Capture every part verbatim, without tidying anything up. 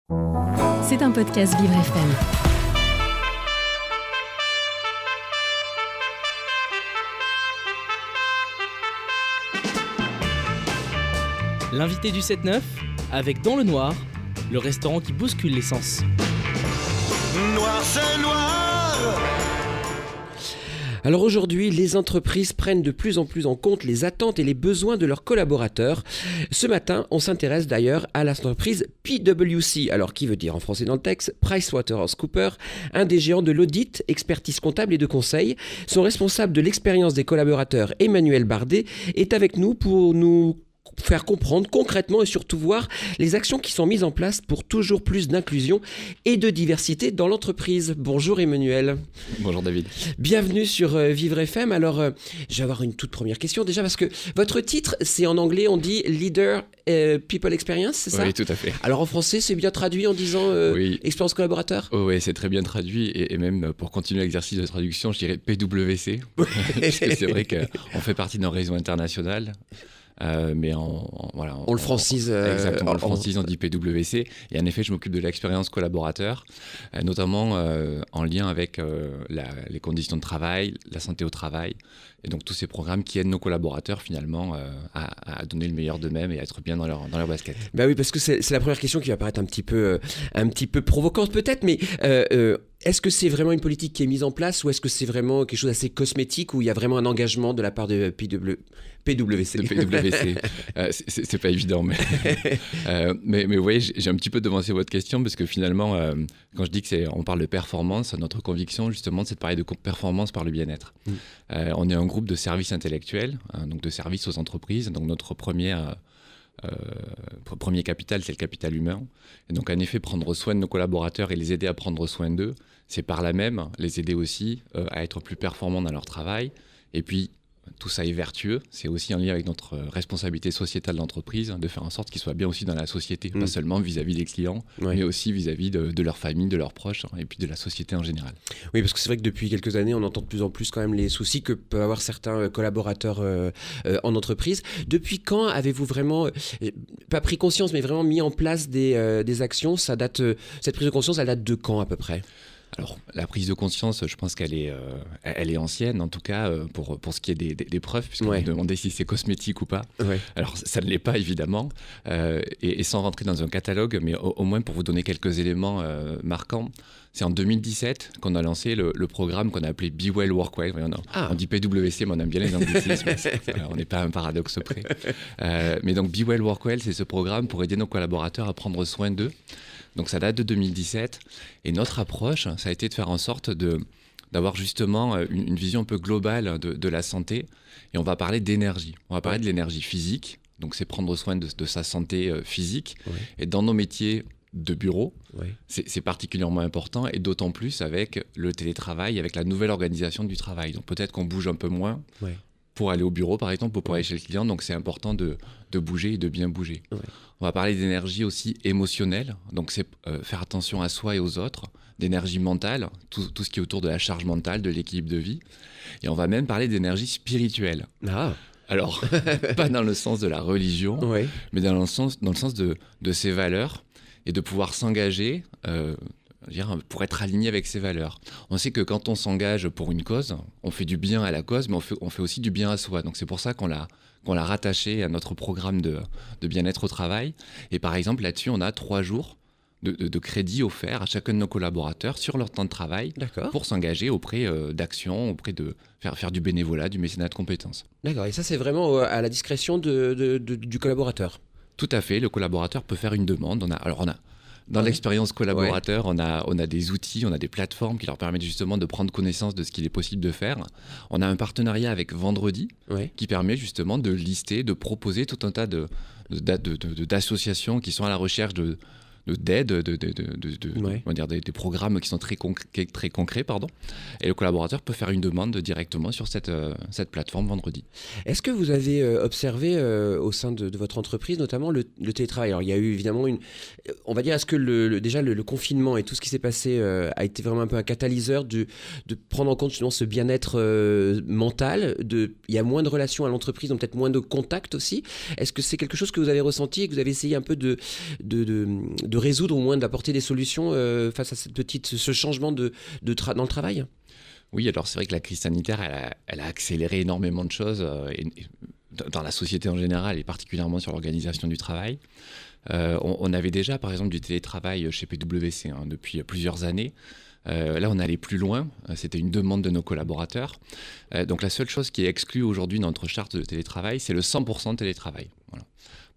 C'est un podcast Vivre F M. L'invité du sept neuf, avec Dans le Noir, le restaurant qui bouscule les sens. Noir, c'est noir. Alors aujourd'hui, les entreprises prennent de plus en plus en compte les attentes et les besoins de leurs collaborateurs. Ce matin, on s'intéresse d'ailleurs à l'entreprise P W C, alors qui veut dire en français dans le texte PricewaterhouseCoopers, un des géants de l'audit, expertise comptable et de conseil. Son responsable de l'expérience des collaborateurs, Emmanuel Bardet, est avec nous pour nous faire comprendre concrètement et surtout voir les actions qui sont mises en place pour toujours plus d'inclusion et de diversité dans l'entreprise. Bonjour Emmanuel. Bonjour David. Bienvenue sur euh, Vivre F M. Alors, euh, je vais avoir une toute première question déjà parce que votre titre, c'est en anglais, on dit Leader euh, People Experience, c'est ça ? Oui, tout à fait. Alors en français, c'est bien traduit en disant euh, oui. Expérience collaborateur ? Oh, oui, c'est très bien traduit et, et même pour continuer l'exercice de traduction, je dirais P W C. Parce que c'est vrai qu'on fait partie d'un réseau international. Euh, mais en, en, voilà, on, on le francise. Euh, exactement, on le francise, en... on dit P W C. Et en effet, je m'occupe de l'expérience collaborateur, euh, notamment euh, en lien avec euh, la, les conditions de travail, la santé au travail, et donc tous ces programmes qui aident nos collaborateurs finalement euh, à, à donner le meilleur d'eux-mêmes et à être bien dans leur, dans leur basket. Bah oui, parce que c'est, c'est la première question qui va paraître un petit peu, euh, un petit peu provocante peut-être, mais euh, euh, est-ce que c'est vraiment une politique qui est mise en place ou est-ce que c'est vraiment quelque chose d'assez cosmétique où il y a vraiment un engagement de la part de P W C ? P W C. De P W C. euh, c'est, c'est pas évident, mais, euh, mais, mais vous voyez, j'ai un petit peu devancé votre question parce que finalement, euh, quand je dis qu'on parle de performance, notre conviction justement, c'est de parler de performance par le bien-être. Mmh. Euh, on est un groupe de services intellectuels, hein, donc de services aux entreprises. Donc notre première, euh, premier capital, c'est le capital humain. Et donc en effet, prendre soin de nos collaborateurs et les aider à prendre soin d'eux, c'est par là même les aider aussi euh, à être plus performants dans leur travail. Et puis, tout ça est vertueux, c'est aussi en lien avec notre responsabilité sociétale d'entreprise, de faire en sorte qu'ils soient bien aussi dans la société, mmh. pas seulement vis-à-vis des clients, ouais. mais aussi vis-à-vis de, de leur famille, de leurs proches, et puis de la société en général. Oui, parce que c'est vrai que depuis quelques années, on entend de plus en plus quand même les soucis que peuvent avoir certains collaborateurs euh, euh, en entreprise. Depuis quand avez-vous vraiment, euh, pas pris conscience, mais vraiment mis en place des, euh, des actions ? Ça date, euh, cette prise de conscience, elle date de quand à peu près ? Alors, la prise de conscience, je pense qu'elle est, euh, elle est ancienne, en tout cas, euh, pour, pour ce qui est des, des, des preuves, puisqu'on ouais. me demandait si c'est cosmétique ou pas. Ouais. Alors, ça ne l'est pas, évidemment. Euh, et, et sans rentrer dans un catalogue, mais au, au moins pour vous donner quelques éléments euh, marquants, c'est en deux mille dix-sept qu'on a lancé le, le programme qu'on a appelé Be Well, Work Well. On, ah. on dit P W C, mais on aime bien les anglicismes. Voilà, on n'est pas à un paradoxe près. Euh, mais donc, Be Well, Work Well, c'est ce programme pour aider nos collaborateurs à prendre soin d'eux. Donc ça date de deux mille dix-sept et notre approche, ça a été de faire en sorte de, d'avoir justement une, une vision un peu globale de, de la santé et on va parler d'énergie. On va parler de l'énergie physique, donc c'est prendre soin de, de sa santé physique ouais. et dans nos métiers de bureau, ouais. c'est, c'est particulièrement important et d'autant plus avec le télétravail, avec la nouvelle organisation du travail. Donc peut-être qu'on bouge un peu moins ouais. pour aller au bureau par exemple, pour, pour aller chez le client, donc c'est important de, de bouger et de bien bouger. Ouais. On va parler d'énergie aussi émotionnelle, donc c'est euh, faire attention à soi et aux autres, d'énergie mentale, tout, tout ce qui est autour de la charge mentale, de l'équilibre de vie. Et on va même parler d'énergie spirituelle. Ah. Alors, pas dans le sens de la religion, ouais. mais dans le sens, dans le sens de, de ses valeurs et de pouvoir s'engager euh, pour être aligné avec ses valeurs. On sait que quand on s'engage pour une cause, on fait du bien à la cause, mais on fait, on fait aussi du bien à soi. Donc c'est pour ça qu'on l'a qu'on l'a rattaché à notre programme de, de bien-être au travail. Et par exemple, là-dessus, on a trois jours de, de, de crédit offert à chacun de nos collaborateurs sur leur temps de travail D'accord. pour s'engager auprès euh, d'actions, auprès de faire, faire du bénévolat, du mécénat de compétences. D'accord, et ça, c'est vraiment euh, à la discrétion de, de, de, du collaborateur ? Tout à fait, le collaborateur peut faire une demande. On a, alors, on a Dans ouais. l'expérience collaborateur, ouais. on, a, on a des outils, on a des plateformes qui leur permettent justement de prendre connaissance de ce qu'il est possible de faire. On a un partenariat avec Vendredi ouais. qui permet justement de lister, de proposer tout un tas de, de, de, de, de, d'associations qui sont à la recherche de, de, d'aide, de, de, de, de, de, ouais. on va dire des, des programmes qui sont très, concrets, très concrets. Pardon. Et le collaborateur peut faire une demande directement sur cette, euh, cette plateforme Vendredi. Est-ce que vous avez euh, observé euh, au sein de, de votre entreprise notamment le, le télétravail ? Alors il y a eu évidemment une... On va dire, est-ce que le, le, déjà le, le confinement et tout ce qui s'est passé euh, a été vraiment un peu un catalyseur de, de prendre en compte justement ce bien-être euh, mental de, il y a moins de relations à l'entreprise, donc peut-être moins de contacts aussi. Est-ce que c'est quelque chose que vous avez ressenti et que vous avez essayé un peu de, de, de, de résoudre, au moins d'apporter des solutions euh, face à cette petite, ce changement de, de tra- dans le travail ? Oui, alors c'est vrai que la crise sanitaire, elle a, elle a accéléré énormément de choses euh, et, et, dans la société en général et particulièrement sur l'organisation du travail. Euh, on, on avait déjà, par exemple, du télétravail chez P W C hein, depuis plusieurs années. Euh, là, on allait plus loin. C'était une demande de nos collaborateurs. Euh, donc, la seule chose qui est exclue aujourd'hui dans notre charte de télétravail, c'est le cent pour cent de télétravail. Voilà. Pourquoi ?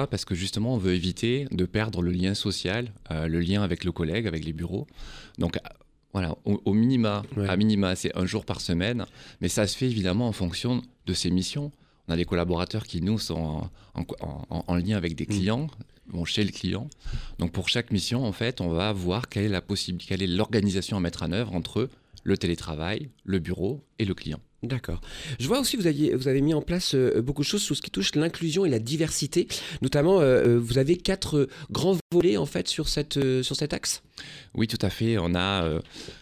Parce que justement, on veut éviter de perdre le lien social, euh, le lien avec le collègue, avec les bureaux. Donc, voilà, au, au minima, ouais. à minima, c'est un jour par semaine. Mais ça se fait évidemment en fonction de ses missions. On a des collaborateurs qui, nous, sont en, en, en, en lien avec des clients, mmh. vont chez le client. Donc, pour chaque mission, en fait, on va voir quelle est la possibilité, quelle est l'organisation à mettre en œuvre entre le télétravail, le bureau et le client. D'accord. Je vois aussi que vous, aviez, vous avez mis en place euh, beaucoup de choses sur ce qui touche l'inclusion et la diversité. Notamment, euh, vous avez quatre euh, grands volets, en fait, sur, cette, euh, sur cet axe ? Oui, tout à fait. On a euh,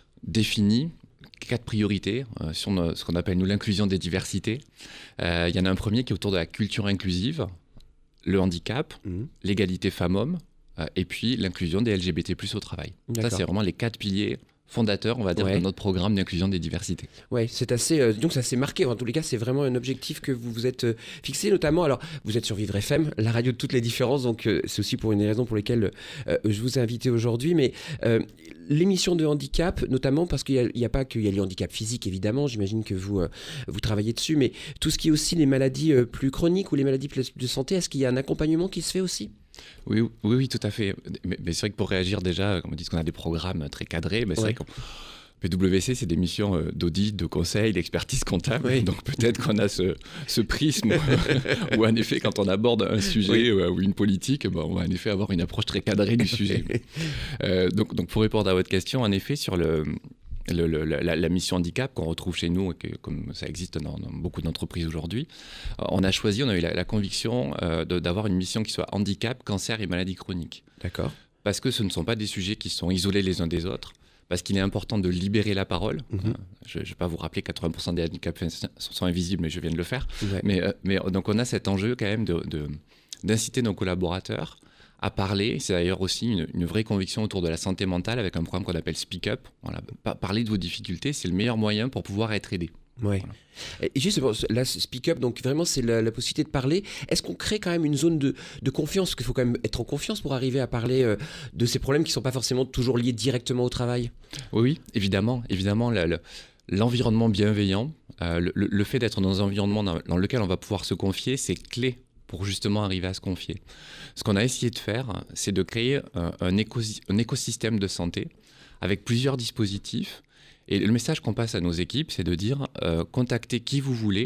défini quatre priorités euh, sur nos, ce qu'on appelle, nous, l'inclusion des diversités. Euh, il y en a un premier qui est autour de la culture inclusive, le handicap, mmh. l'égalité femmes-hommes, euh, et puis l'inclusion des L G B T plus, au travail. D'accord. Ça, c'est vraiment les quatre piliers fondateur, on va dire, ouais. de notre programme d'inclusion des diversités. Oui, c'est assez, euh, donc ça s'est marqué. En tous les cas, c'est vraiment un objectif que vous vous êtes euh, fixé, notamment. Alors, vous êtes sur Vivre F M, la radio de toutes les différences, donc euh, c'est aussi pour une des raisons pour lesquelles euh, je vous ai invité aujourd'hui. Mais euh, l'émission de handicap, notamment parce qu'il n'y a, a pas qu'il y a les handicaps physiques, évidemment, j'imagine que vous, euh, vous travaillez dessus, mais tout ce qui est aussi les maladies euh, plus chroniques ou les maladies de santé, est-ce qu'il y a un accompagnement qui se fait aussi ? Oui, oui, oui, tout à fait. Mais, mais c'est vrai que pour réagir déjà, comme on dit qu'on a des programmes très cadrés, mais c'est ouais. vrai que P W C, c'est des missions d'audit, de conseil, d'expertise comptable. Oui. Donc peut-être qu'on a ce, ce prisme où en effet, quand on aborde un sujet oui. ou une politique, ben, on va en effet avoir une approche très cadrée du sujet. euh, donc, donc pour répondre à votre question, en effet, sur le... Le, le, la, la mission handicap qu'on retrouve chez nous, et que, comme ça existe dans, dans beaucoup d'entreprises aujourd'hui, euh, on a choisi, on a eu la, la conviction euh, de, d'avoir une mission qui soit handicap, cancer et maladies chroniques. D'accord. Parce que ce ne sont pas des sujets qui sont isolés les uns des autres, parce qu'il est important de libérer la parole. Mmh. Euh, je ne vais pas vous rappeler que quatre-vingts pour cent des handicaps sont invisibles, mais je viens de le faire. Ouais. Mais, euh, mais donc on a cet enjeu quand même de, de, d'inciter nos collaborateurs à parler. C'est d'ailleurs aussi une, une vraie conviction autour de la santé mentale avec un programme qu'on appelle Speak Up. Voilà. Pa- parler de vos difficultés, c'est le meilleur moyen pour pouvoir être aidé. Ouais. Voilà. Et justement, là, Speak Up, donc vraiment, c'est la, la possibilité de parler. Est-ce qu'on crée quand même une zone de, de confiance ? Parce qu'il faut quand même être en confiance pour arriver à parler euh, de ces problèmes qui ne sont pas forcément toujours liés directement au travail. Oui, oui, évidemment. évidemment la, la, l'environnement bienveillant, euh, le, le fait d'être dans un environnement dans, dans lequel on va pouvoir se confier, c'est clé pour justement arriver à se confier. Ce qu'on a essayé de faire, c'est de créer un, un, écosy- un écosystème de santé avec plusieurs dispositifs. Et le message qu'on passe à nos équipes, c'est de dire euh, contactez qui vous voulez,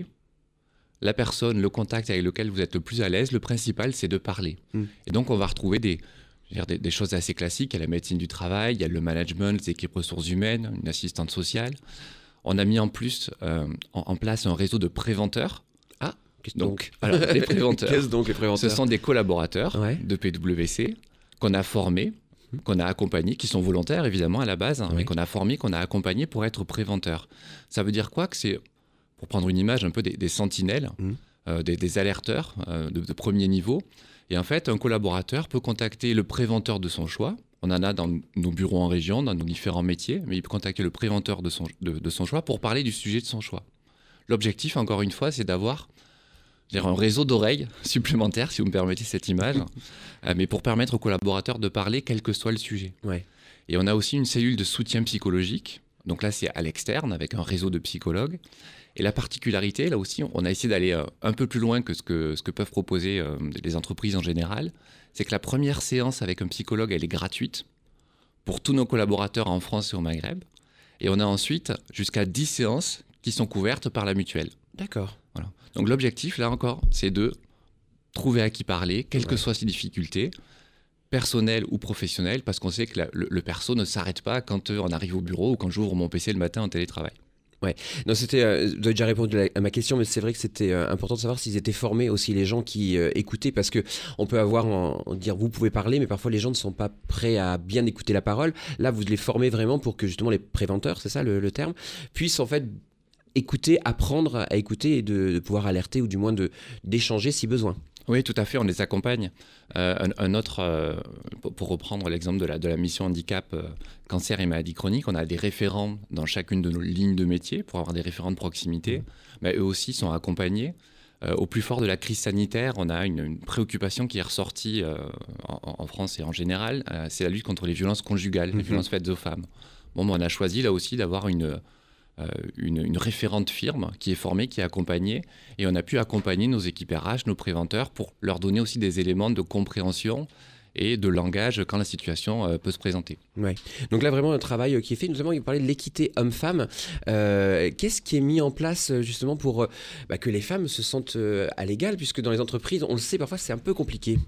la personne, le contact avec lequel vous êtes le plus à l'aise. Le principal, c'est de parler. Mmh. Et donc, on va retrouver des, je veux dire, des, des choses assez classiques. Il y a la médecine du travail, il y a le management, les équipes ressources humaines, une assistante sociale. On a mis en plus euh, en, en place un réseau de préventeurs. Ah, qu'est-ce donc, donc alors, les préventeurs, qu'est-ce donc les préventeurs ? Ce sont des collaborateurs ouais. de P W C qu'on a formés, qu'on a accompagnés, qui sont volontaires évidemment à la base, hein, oui. mais qu'on a formés, qu'on a accompagnés pour être préventeurs. Ça veut dire quoi ? Que c'est, pour prendre une image un peu des, des sentinelles, mmh. euh, des, des alerteurs euh, de, de premier niveau. Et en fait, un collaborateur peut contacter le préventeur de son choix. On en a dans nos bureaux en région, dans nos différents métiers, mais il peut contacter le préventeur de son, de, de son choix pour parler du sujet de son choix. L'objectif, encore une fois, c'est d'avoir un réseau d'oreilles supplémentaire, si vous me permettez cette image, euh, mais pour permettre aux collaborateurs de parler quel que soit le sujet. Ouais. Et on a aussi une cellule de soutien psychologique. Donc là, c'est à l'externe, avec un réseau de psychologues. Et la particularité, là aussi, on a essayé d'aller euh, un peu plus loin que ce que, ce que peuvent proposer euh, les entreprises en général. C'est que la première séance avec un psychologue, elle est gratuite pour tous nos collaborateurs en France et au Maghreb. Et on a ensuite jusqu'à dix séances qui sont couvertes par la mutuelle. D'accord. Voilà. Donc l'objectif, là encore, c'est de trouver à qui parler, quelles ouais. que soient ses difficultés, personnelles ou professionnelles, parce qu'on sait que la, le, le perso ne s'arrête pas quand euh, on arrive au bureau ou quand j'ouvre mon P C le matin en télétravail. Ouais, non, c'était, euh, vous avez déjà répondu à ma question, mais c'est vrai que c'était euh, important de savoir s'ils étaient formés aussi, les gens qui euh, écoutaient, parce que on peut avoir, en, en dire, vous pouvez parler, mais parfois les gens ne sont pas prêts à bien écouter la parole. Là, vous les formez vraiment pour que justement les préventeurs, c'est ça le, le terme, puissent en fait écouter, apprendre à écouter et de, de pouvoir alerter ou du moins de, d'échanger si besoin. Oui, tout à fait, on les accompagne. Euh, un, un autre, euh, pour, pour reprendre l'exemple de la, de la mission handicap, euh, cancer et maladies chroniques, on a des référents dans chacune de nos lignes de métier pour avoir des référents de proximité, mmh. mais eux aussi sont accompagnés. Euh, au plus fort de la crise sanitaire, on a une, une préoccupation qui est ressortie euh, en, en France et en général, euh, c'est la lutte contre les violences conjugales, mmh. les violences faites aux femmes. Bon, ben, on a choisi là aussi d'avoir une... Euh, une, une référente firme qui est formée, qui est accompagnée, et on a pu accompagner nos équipes R H, nos préventeurs, pour leur donner aussi des éléments de compréhension et de langage quand la situation euh, peut se présenter. Ouais. Donc là, vraiment un travail qui est fait. Nous avons parlé de l'équité homme-femme. Euh, qu'est-ce qui est mis en place justement pour euh, bah, que les femmes se sentent euh, à l'égal, puisque dans les entreprises, on le sait, parfois c'est un peu compliqué.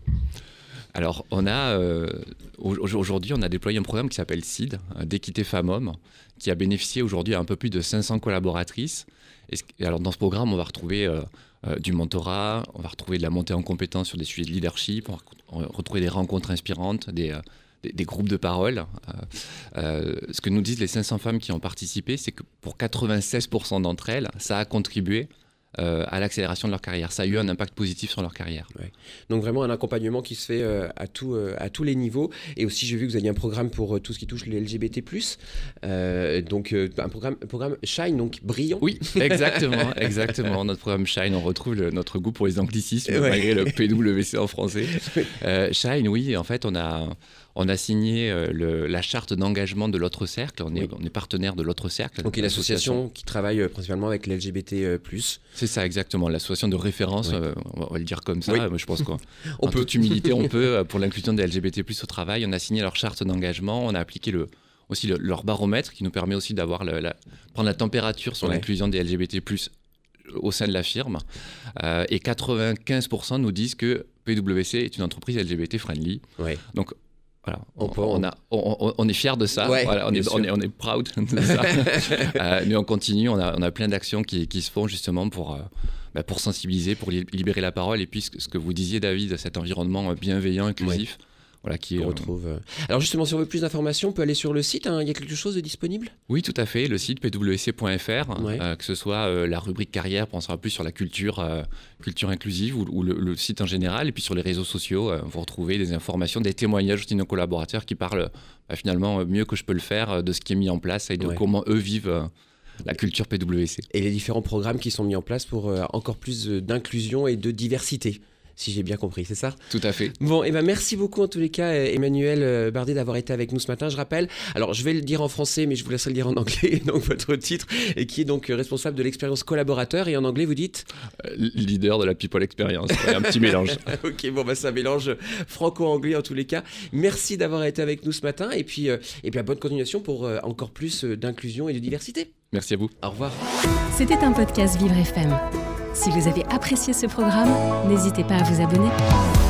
Alors, on a, euh, aujourd'hui, on a déployé un programme qui s'appelle S I D, d'équité femmes-hommes, qui a bénéficié aujourd'hui à un peu plus de cinq cents collaboratrices. Et alors, dans ce programme, on va retrouver euh, euh, du mentorat, on va retrouver de la montée en compétences sur des sujets de leadership, on va retrouver des rencontres inspirantes, des, euh, des, des groupes de parole. Euh, euh, ce que nous disent les cinq cents femmes qui ont participé, c'est que pour quatre-vingt-seize pour cent d'entre elles, ça a contribué Euh, à l'accélération de leur carrière. Ça a eu un impact positif sur leur carrière. Ouais. Donc vraiment un accompagnement qui se fait euh, à, tout, euh, à tous les niveaux. Et aussi, j'ai vu que vous aviez un programme pour euh, tout ce qui touche les L G B T plus. Euh, donc euh, un programme, un programme Shine, donc brillant. Oui, exactement. exactement. Notre programme Shine, on retrouve le, notre goût pour les anglicismes, ouais. malgré le P W C en français. Euh, Shine, oui, en fait, on a... On a signé euh, le, la charte d'engagement de l'Autre Cercle. On est, oui. on est partenaire de l'Autre Cercle. Donc, une association qui travaille principalement avec les L G B T plus. C'est ça, exactement. L'association de référence, oui. euh, on va le dire comme ça. Oui. Euh, je pense qu'en on en peut. toute humilité, on peut, pour l'inclusion des L G B T plus au travail. On a signé leur charte d'engagement. On a appliqué le, aussi le, leur baromètre qui nous permet aussi d'avoir le, la, prendre la température sur ouais. l'inclusion des L G B T plus au sein de la firme. Euh, et quatre-vingt-quinze pour cent nous disent que P W C est une entreprise L G B T friendly. Ouais. Donc, Voilà, on, on, peut, on, a, on, on est fiers de ça, ouais, voilà, on, est, on, est, on est proud de ça. euh, mais on continue, on a, on a plein d'actions qui, qui se font justement pour, euh, bah pour sensibiliser, pour li- libérer la parole. Et puis ce que vous disiez, David, cet environnement bienveillant, inclusif, ouais. voilà, qui on euh, retrouve. Alors justement, si on veut plus d'informations, on peut aller sur le site, hein, il y a quelque chose de disponible ? Oui, tout à fait, le site p w c point f r, ouais. euh, que ce soit euh, la rubrique carrière, pour en savoir plus sur la culture, euh, culture inclusive ou, ou le, le site en général. Et puis sur les réseaux sociaux, euh, vous retrouvez des informations, des témoignages aussi de nos collaborateurs qui parlent bah, finalement mieux que je peux le faire de ce qui est mis en place et de ouais. comment eux vivent euh, la culture P W C. Et les différents programmes qui sont mis en place pour euh, encore plus d'inclusion et de diversité. Si j'ai bien compris, c'est ça ? Tout à fait. Bon, et ben merci beaucoup en tous les cas, Emmanuel Bardet, d'avoir été avec nous ce matin. Je rappelle, alors je vais le dire en français, mais je vous laisserai le dire en anglais, donc votre titre, et qui est donc responsable de l'expérience collaborateur. Et en anglais, vous dites ? euh, Leader de la People Experience. Ouais, un petit mélange. Ok, bon, bah ça mélange franco-anglais en tous les cas. Merci d'avoir été avec nous ce matin, et puis, euh, et puis bonne continuation pour euh, encore plus d'inclusion et de diversité. Merci à vous. Au revoir. C'était un podcast Vivre F M. Si vous avez apprécié ce programme, n'hésitez pas à vous abonner.